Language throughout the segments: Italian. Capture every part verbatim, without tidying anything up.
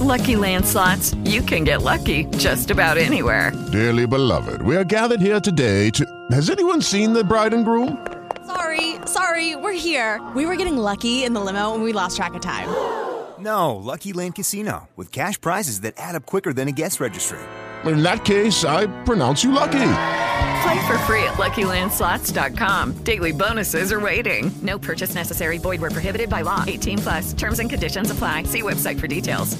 Lucky Land Slots, you can get lucky just about anywhere. Dearly beloved, we are gathered here today to... Has anyone seen the bride and groom? Sorry, sorry, we're here. We were getting lucky in the limo and we lost track of time. No, Lucky Land Casino, with cash prizes that add up quicker than a guest registry. In that case, I pronounce you lucky. Play for free at Lucky Land Slots dot com. Daily bonuses are waiting. No purchase necessary. Void where prohibited by law. eighteen plus. Terms and conditions apply. See website for details.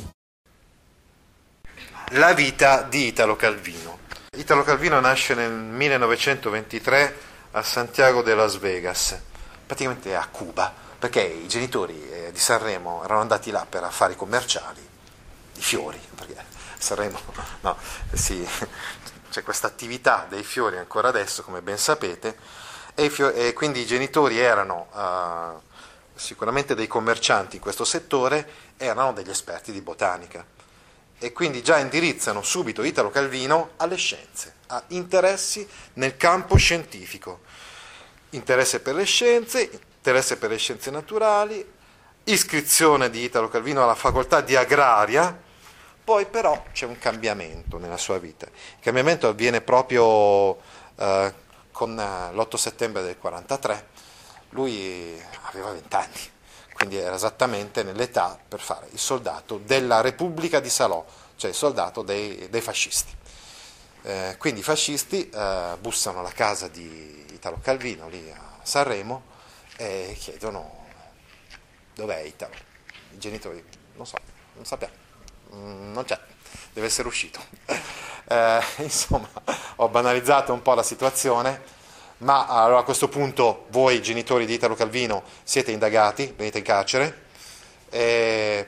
La vita di Italo Calvino. Italo Calvino nasce nel millenovecentoventitré a Santiago de Las Vegas, praticamente a Cuba, perché i genitori eh, di Sanremo erano andati là per affari commerciali, di fiori, perché Sanremo, no, sì, c'è questa attività dei fiori ancora adesso, come ben sapete, e, fiori, e quindi i genitori erano uh, sicuramente dei commercianti in questo settore, erano degli esperti di botanica, e quindi già indirizzano subito Italo Calvino alle scienze, a interessi nel campo scientifico, interesse per le scienze, interesse per le scienze naturali, iscrizione di Italo Calvino alla facoltà di agraria. Poi però c'è un cambiamento nella sua vita. Il cambiamento avviene proprio eh, con l'otto settembre del quarantatré. Lui aveva venti anni, quindi era esattamente nell'età per fare il soldato della Repubblica di Salò, cioè il soldato dei, dei fascisti. Eh, quindi i fascisti eh, bussano alla casa di Italo Calvino, lì a Sanremo, e chiedono: dov'è Italo? I genitori: non so, non sappiamo, non c'è, deve essere uscito. Eh, insomma, ho banalizzato un po' la situazione, ma allora a questo punto voi genitori di Italo Calvino siete indagati, venite in carcere, e,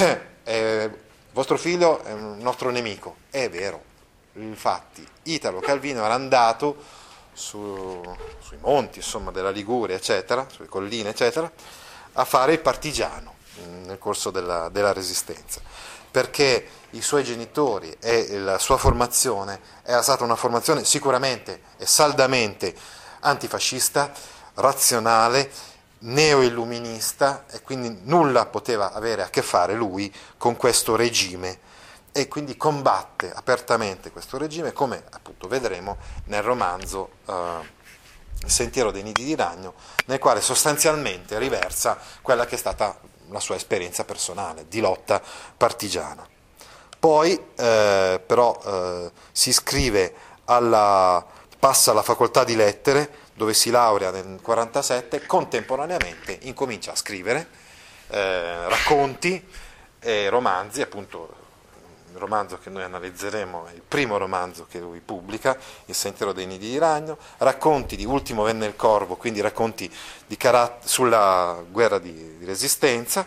e vostro figlio è un nostro nemico. È vero, infatti Italo Calvino era andato su, sui monti, insomma, della Liguria, eccetera, sulle colline, eccetera, a fare il partigiano nel corso della, della Resistenza, perché i suoi genitori e la sua formazione era stata una formazione sicuramente e saldamente antifascista, razionale, neoilluminista, e quindi nulla poteva avere a che fare lui con questo regime, e quindi combatte apertamente questo regime, come appunto vedremo nel romanzo eh, Il sentiero dei nidi di ragno, nel quale sostanzialmente riversa quella che è stata la sua esperienza personale di lotta partigiana. Poi eh, però eh, si iscrive alla, passa alla facoltà di lettere, dove si laurea nel quarantasette, contemporaneamente incomincia a scrivere eh, racconti e romanzi. Appunto il romanzo che noi analizzeremo è il primo romanzo che lui pubblica, Il sentiero dei nidi di ragno, racconti di Ultimo venne il corvo, quindi racconti di carat- sulla guerra di, di resistenza,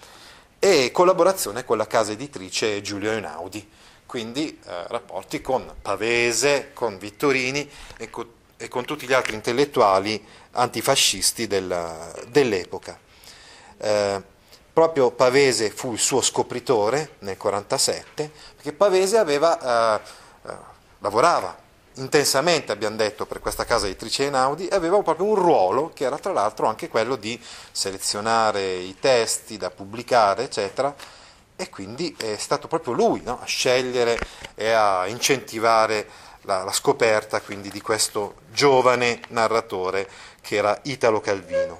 e collaborazione con la casa editrice Giulio Einaudi, quindi eh, rapporti con Pavese, con Vittorini e con, e con tutti gli altri intellettuali antifascisti del, dell'epoca. Eh, proprio Pavese fu il suo scopritore nel quarantasette, perché Pavese aveva, eh, eh, lavorava intensamente, abbiamo detto, per questa casa editrice Einaudi, e aveva proprio un ruolo che era tra l'altro anche quello di selezionare i testi da pubblicare, eccetera, e quindi è stato proprio lui, no, a scegliere e a incentivare la, la scoperta quindi di questo giovane narratore che era Italo Calvino.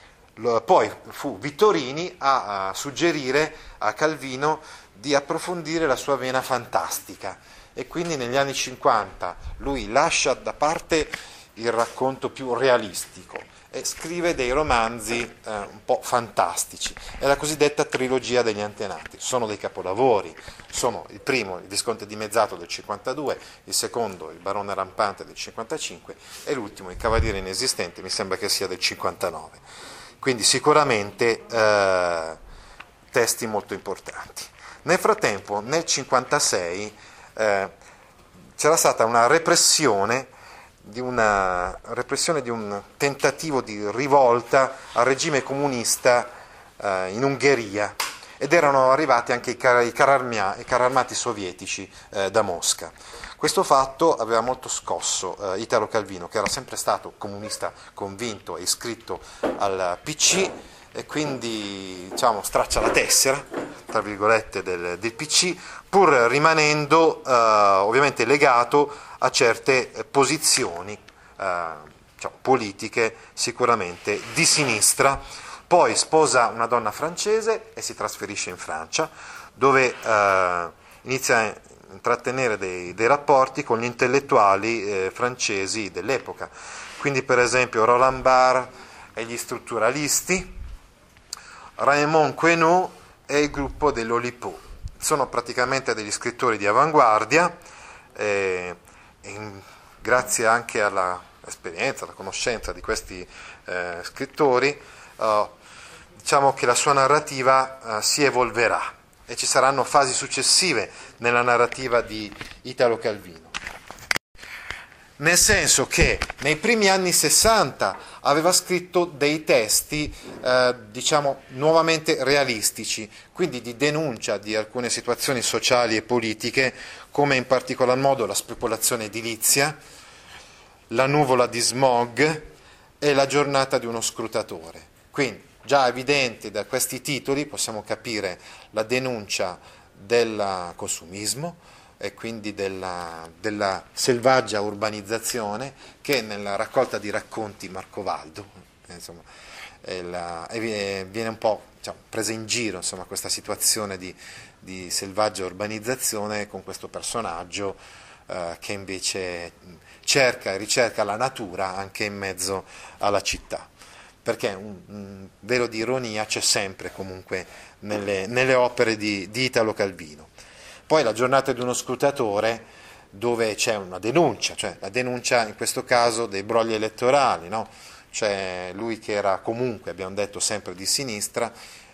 Poi fu Vittorini a, a suggerire a Calvino di approfondire la sua vena fantastica, e quindi negli anni cinquanta lui lascia da parte il racconto più realistico e scrive dei romanzi eh, un po' fantastici. È la cosiddetta trilogia degli antenati, sono dei capolavori, sono il primo, Il Visconte dimezzato del cinquantadue, il secondo, Il Barone rampante del cinquantacinque, e l'ultimo, Il Cavaliere inesistente, mi sembra che sia del cinquantanove. Quindi sicuramente eh, testi molto importanti. Nel frattempo, nel cinquantasei, eh, c'era stata una repressione di, una, repressione di un tentativo di rivolta al regime comunista eh, in Ungheria, ed erano arrivati anche i, car- i, cararmia- i carri armati sovietici eh, da Mosca. Questo fatto aveva molto scosso eh, Italo Calvino, che era sempre stato comunista convinto e iscritto al P C, e quindi diciamo, straccia la tessera, tra virgolette, del, del P C, pur rimanendo eh, ovviamente legato a certe posizioni eh, diciamo, politiche sicuramente di sinistra. Poi sposa una donna francese e si trasferisce in Francia, dove eh, inizia a intrattenere dei, dei rapporti con gli intellettuali eh, francesi dell'epoca, quindi per esempio Roland Barthes e gli strutturalisti, Raymond Queneau e il gruppo dell'Oulipo. Sono praticamente degli scrittori di avanguardia, eh, in, grazie anche all'esperienza, alla conoscenza di questi eh, scrittori, eh, diciamo che la sua narrativa eh, si evolverà e ci saranno fasi successive nella narrativa di Italo Calvino. Nel senso che nei primi anni sessanta aveva scritto dei testi, eh, diciamo, nuovamente realistici, quindi di denuncia di alcune situazioni sociali e politiche, come in particolar modo la speculazione edilizia, la nuvola di smog e la giornata di uno scrutatore. Quindi, già evidente da questi titoli, possiamo capire la denuncia del consumismo, e quindi della, della selvaggia urbanizzazione che nella raccolta di racconti Marcovaldo insomma, la, viene un po' diciamo, presa in giro insomma, questa situazione di, di selvaggia urbanizzazione con questo personaggio eh, che invece cerca e ricerca la natura anche in mezzo alla città, perché un, un velo di ironia c'è sempre comunque nelle, nelle opere di, di Italo Calvino. Poi la giornata di uno scrutatore, dove c'è una denuncia, cioè la denuncia in questo caso dei brogli elettorali, no? Cioè lui che era comunque, abbiamo detto, sempre di sinistra,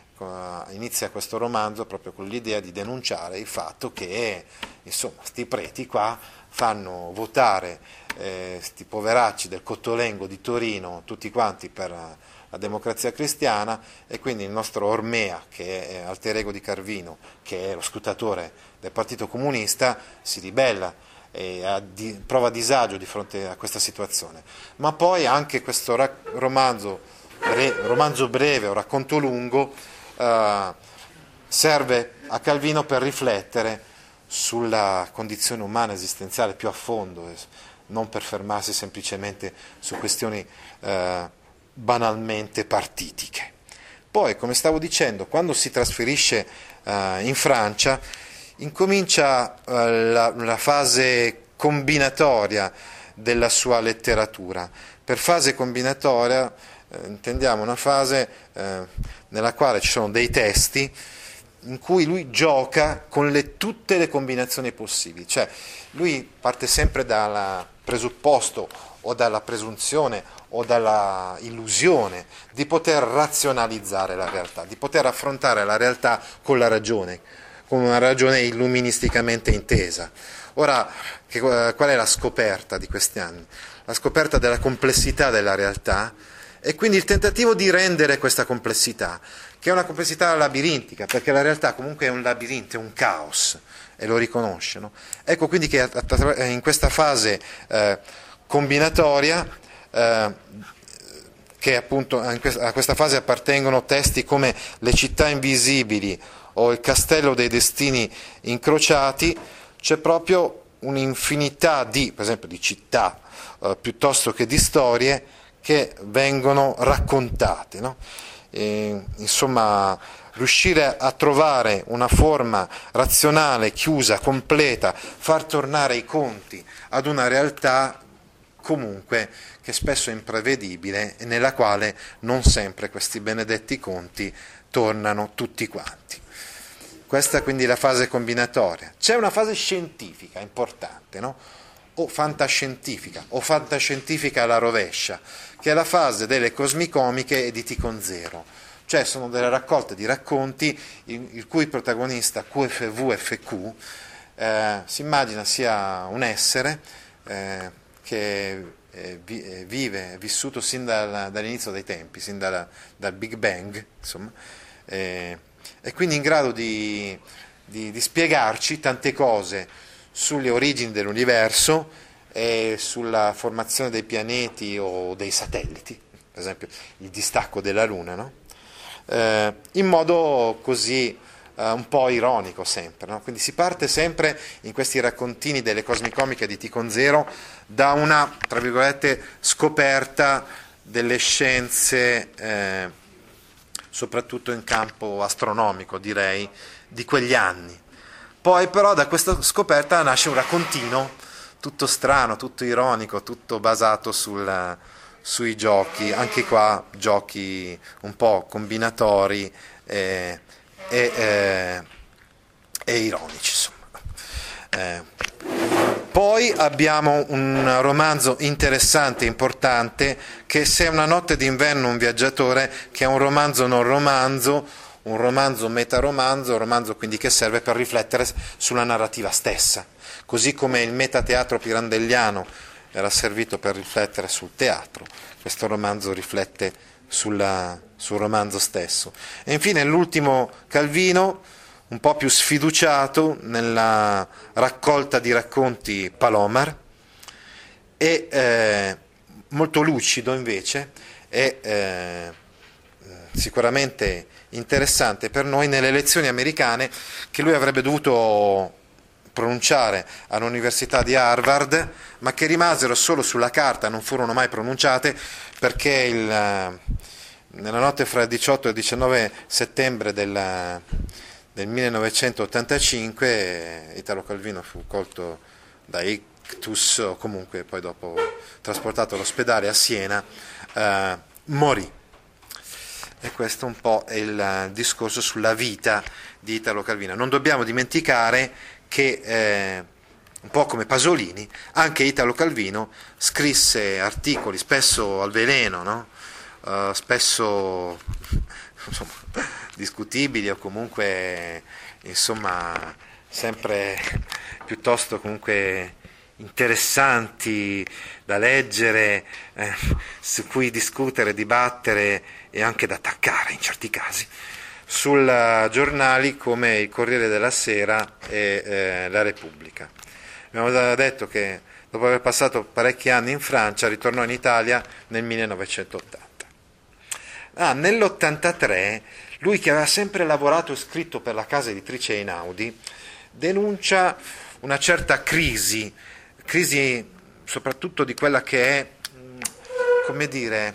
inizia questo romanzo proprio con l'idea di denunciare il fatto che insomma sti preti qua fanno votare eh, sti poveracci del Cottolengo di Torino tutti quanti per la democrazia cristiana, e quindi il nostro Ormea, che è alter ego di Calvino, che è lo scrutatore del Partito Comunista, si ribella e ha di, prova disagio di fronte a questa situazione. Ma poi anche questo ra- romanzo, re, romanzo breve o racconto lungo eh, serve a Calvino per riflettere sulla condizione umana esistenziale più a fondo, non per fermarsi semplicemente su questioni eh, banalmente partitiche. Poi, come stavo dicendo, quando si trasferisce eh, in Francia, incomincia eh, la, la fase combinatoria della sua letteratura. Per fase combinatoria eh, intendiamo una fase eh, nella quale ci sono dei testi in cui lui gioca con le, tutte le combinazioni possibili, cioè lui parte sempre dal presupposto o dalla presunzione o dalla illusione di poter razionalizzare la realtà, di poter affrontare la realtà con la ragione, con una ragione illuministicamente intesa. Ora, che, qual è la scoperta di questi anni? La scoperta della complessità della realtà e quindi il tentativo di rendere questa complessità, che è una complessità labirintica, perché la realtà comunque è un labirinto, è un caos, e lo riconosce. No? Ecco quindi che in questa fase eh, combinatoria, eh, che appunto a questa fase appartengono testi come Le città invisibili o Il castello dei destini incrociati, c'è proprio un'infinità di, per esempio, di città eh, piuttosto che di storie che vengono raccontate, no? E, insomma, riuscire a trovare una forma razionale, chiusa, completa, far tornare i conti ad una realtà comunque che spesso è imprevedibile e nella quale non sempre questi benedetti conti tornano tutti quanti. Questa è quindi la fase combinatoria. C'è una fase scientifica importante, no? O fantascientifica, o fantascientifica alla rovescia, che è la fase delle cosmicomiche e di Ticon Zero. Cioè sono delle raccolte di racconti il cui protagonista Q F V F Q eh, si immagina sia un essere eh, che eh, vi, eh, vive, è vissuto sin dal, dall'inizio dei tempi, sin dal, dal Big Bang, insomma, eh, e quindi in grado di, di, di spiegarci tante cose sulle origini dell'universo e sulla formazione dei pianeti o dei satelliti, per esempio il distacco della Luna, no? eh, in modo così eh, un po' ironico sempre, no? Quindi si parte sempre in questi raccontini delle cosmicomiche di Ticon Zero da una, tra virgolette, scoperta delle scienze, eh, soprattutto in campo astronomico, direi, di quegli anni. Poi però da questa scoperta nasce un raccontino tutto strano, tutto ironico, tutto basato sul, sui giochi, anche qua giochi un po' combinatori e, e, e, e ironici, insomma. Eh, poi abbiamo un romanzo interessante, importante, che Se è una notte d'inverno un viaggiatore, che è un romanzo non romanzo, un romanzo metaromanzo, un romanzo quindi che serve per riflettere sulla narrativa stessa, così come il metateatro pirandelliano era servito per riflettere sul teatro, questo romanzo riflette sulla, sul romanzo stesso. E infine l'ultimo Calvino, un po' più sfiduciato nella raccolta di racconti Palomar, e eh, molto lucido invece, e eh, sicuramente interessante per noi nelle elezioni americane che lui avrebbe dovuto pronunciare all'Università di Harvard, ma che rimasero solo sulla carta, non furono mai pronunciate, perché il, nella notte fra il diciotto e il diciannove settembre del, del millenovecentottantacinque Italo Calvino fu colto da ictus, o comunque poi dopo trasportato all'ospedale a Siena, eh, morì. E questo un po' è il discorso sulla vita di Italo Calvino. Non dobbiamo dimenticare che, eh, un po' come Pasolini, anche Italo Calvino scrisse articoli spesso al veleno, no? uh, spesso insomma, discutibili o comunque insomma sempre piuttosto comunque interessanti da leggere, eh, su cui discutere, dibattere e anche da attaccare in certi casi, su uh, giornali come il Corriere della Sera e eh, La Repubblica. Abbiamo detto che dopo aver passato parecchi anni in Francia ritornò in Italia nel millenovecentottanta. Ah, nell'ottantatré lui, che aveva sempre lavorato e scritto per la casa editrice Einaudi, denuncia una certa crisi, crisi soprattutto di quella che è, come dire,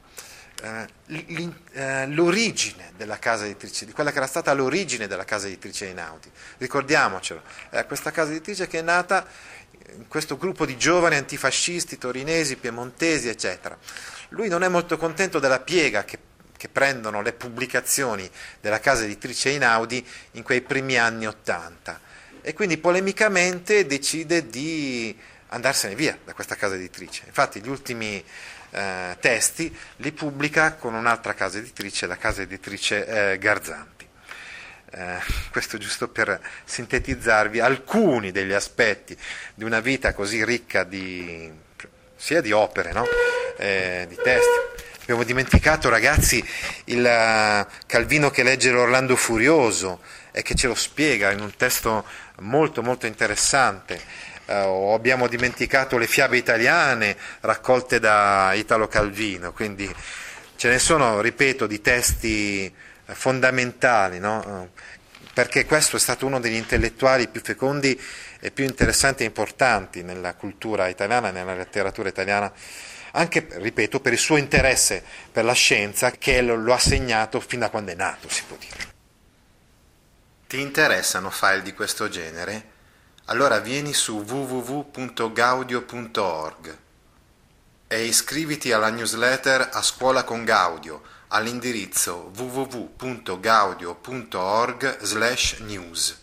l'origine della casa editrice, di quella che era stata l'origine della casa editrice Einaudi. Ricordiamocelo, è questa casa editrice che è nata in questo gruppo di giovani antifascisti torinesi, piemontesi, eccetera. Lui non è molto contento della piega che, che prendono le pubblicazioni della casa editrice Einaudi in quei primi anni Ottanta, e quindi polemicamente decide di andarsene via da questa casa editrice. Infatti gli ultimi eh, testi li pubblica con un'altra casa editrice, la casa editrice eh, Garzanti. Eh, questo giusto per sintetizzarvi alcuni degli aspetti di una vita così ricca di, sia di opere, no? eh, di testi. Abbiamo dimenticato, ragazzi, il uh, Calvino che legge l'Orlando Furioso e che ce lo spiega in un testo molto molto interessante. Uh, abbiamo dimenticato le fiabe italiane raccolte da Italo Calvino, quindi ce ne sono, ripeto, di testi fondamentali, no? Uh, perché questo è stato uno degli intellettuali più fecondi e più interessanti e importanti nella cultura italiana, nella letteratura italiana, anche, ripeto, per il suo interesse per la scienza, che lo, lo ha segnato fin da quando è nato, si può dire. Ti interessano file di questo genere? Allora vieni su w w w punto gaudio punto org e iscriviti alla newsletter A Scuola con Gaudio all'indirizzo w w w punto gaudio punto org slash news.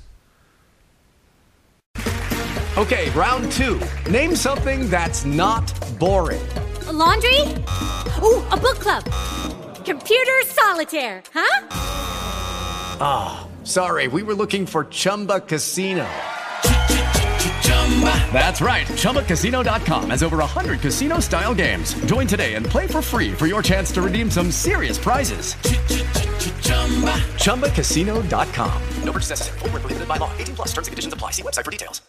Okay, round two. Name something that's not boring. A laundry? Ooh, a book club. Computer solitaire, huh? Ah, oh, sorry, we were looking for Chumba Casino. That's right, Chumba Casino dot com has over one hundred casino-style games. Join today and play for free for your chance to redeem some serious prizes. Chumba Casino dot com. No purchase necessary. Void where prohibited by law. eighteen plus terms and conditions apply. See website for details.